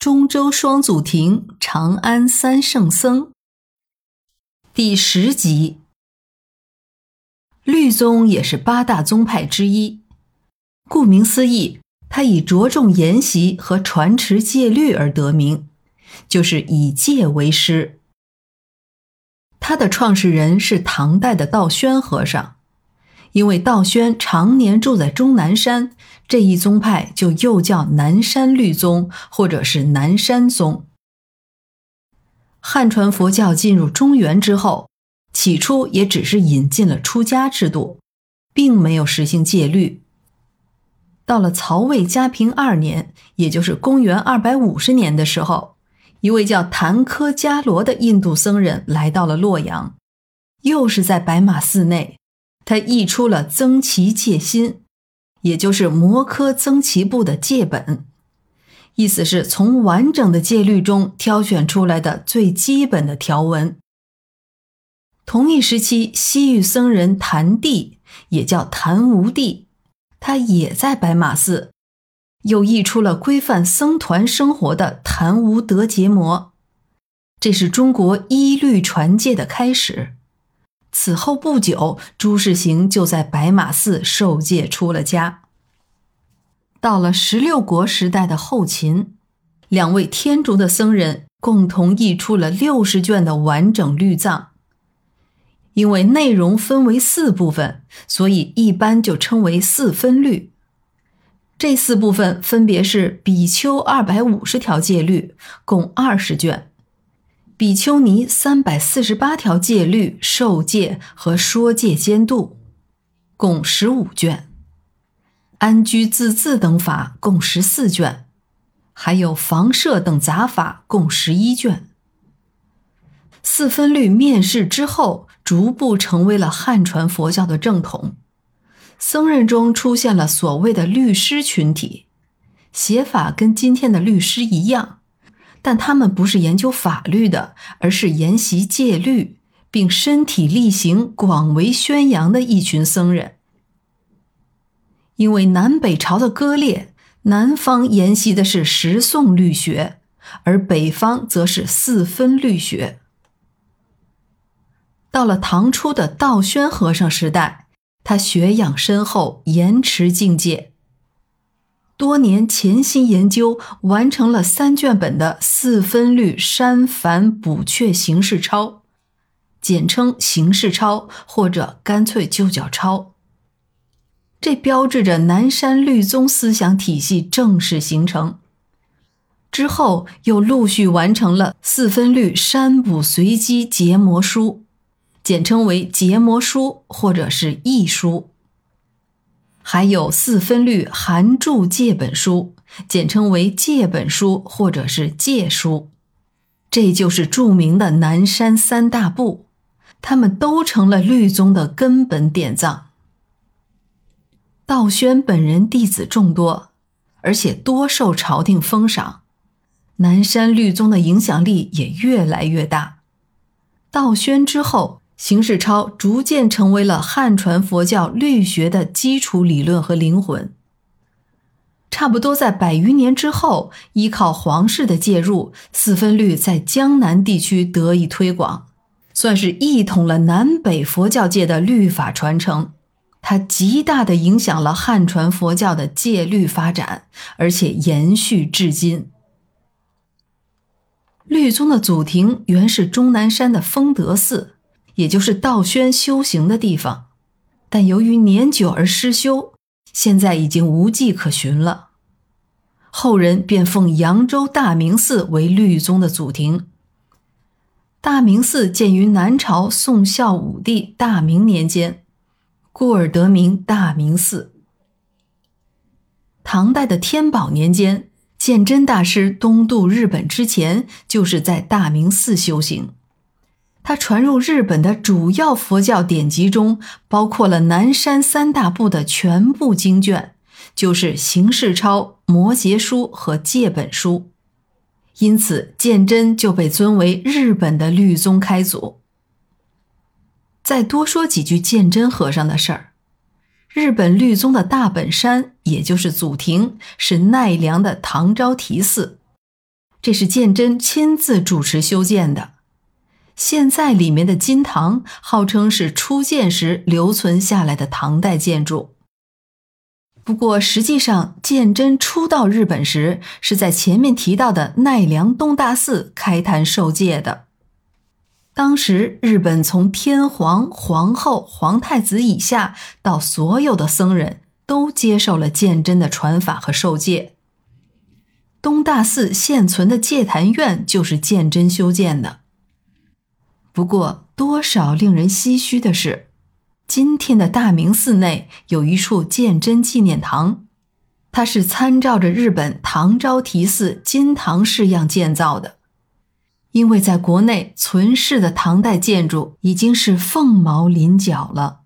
中州双祖庭，长安三圣僧。第10集。律宗也是8大宗派之一，顾名思义，它以着重研习和传持戒律而得名，就是以戒为师。它的创始人是唐代的道宣和尚，因为道宣常年住在终南山，这一宗派就又叫南山律宗或者是南山宗。汉传佛教进入中原之后，起初也只是引进了出家制度，并没有实行戒律。到了曹魏嘉平2年，也就是公元250年的时候，一位叫昙柯迦罗的印度僧人来到了洛阳，又是在白马寺内，他译出了僧祇戒心，也就是摩诃僧祇部的戒本，意思是从完整的戒律中挑选出来的最基本的条文。同一时期，西域僧人昙帝，也叫昙无帝，他也在白马寺，又译出了规范僧团生活的昙无德结摩，这是中国依律传戒的开始。此后不久，朱士行就在白马寺受戒出了家。到了16国时代的后秦，2位天竺的僧人共同译出了60卷的完整律藏。因为内容分为4部分，所以一般就称为4分律。这4部分分别是比丘250条戒律，共20卷；比丘尼348条戒律、受戒和说戒监督，共15卷；安居自恣等法共14卷，还有房舍等杂法共11卷。4分律面世之后，逐步成为了汉传佛教的正统。僧人中出现了所谓的律师群体，写法跟今天的律师一样，但他们不是研究法律的，而是研习戒律，并身体力行广为宣扬的一群僧人。因为南北朝的割裂，南方研习的是十诵律学，而北方则是4分律学。到了唐初的道宣和尚时代，他学养深厚，严持境界，多年潜心研究，完成了3卷本的4分律删繁补阙形式抄，简称形式抄，或者干脆就叫抄。这标志着南山律宗思想体系正式形成。之后又陆续完成了4分律删补随机结摩书，简称为结摩书或者是译书。还有4分律含注戒本书，简称为戒本书或者是戒书。这就是著名的南山3大部，他们都成了律宗的根本典藏。道宣本人弟子众多，而且多受朝廷封赏，南山律宗的影响力也越来越大。道宣之后，形式抄逐渐成为了汉传佛教律学的基础理论和灵魂。差不多在100余年之后，依靠皇室的介入，4分律在江南地区得以推广，算是一统了南北佛教界的律法传承。它极大地影响了汉传佛教的戒律发展，而且延续至今。律宗的祖庭原是终南山的丰德寺，也就是道宣修行的地方，但由于年久而失修，现在已经无迹可寻了。后人便奉扬州大明寺为律宗的祖庭。大明寺建于南朝宋孝武帝大明年间，故而得名大明寺。唐代的天宝年间，鉴真大师东渡日本之前，就是在大明寺修行。他传入日本的主要佛教典籍中，包括了南山3大部的全部经卷，就是形式抄、摩诘书和戒本书。因此鉴真就被尊为日本的律宗开祖。再多说几句鉴真和尚的事儿。日本律宗的大本山，也就是祖庭，是奈良的唐招提寺。 这是鉴真亲自主持修建的。现在里面的金堂号称是初建时留存下来的唐代建筑。不过实际上鉴真初到日本时，是在前面提到的奈良东大寺开坛受戒的。当时日本从天皇、皇后、皇太子以下到所有的僧人都接受了鉴真的传法和受戒。东大寺现存的戒坛院就是鉴真修建的。不过多少令人唏嘘的是，今天的大明寺内有一处鉴真纪念堂，它是参照着日本唐招提寺金堂式样建造的。因为在国内存世的唐代建筑已经是凤毛麟角了。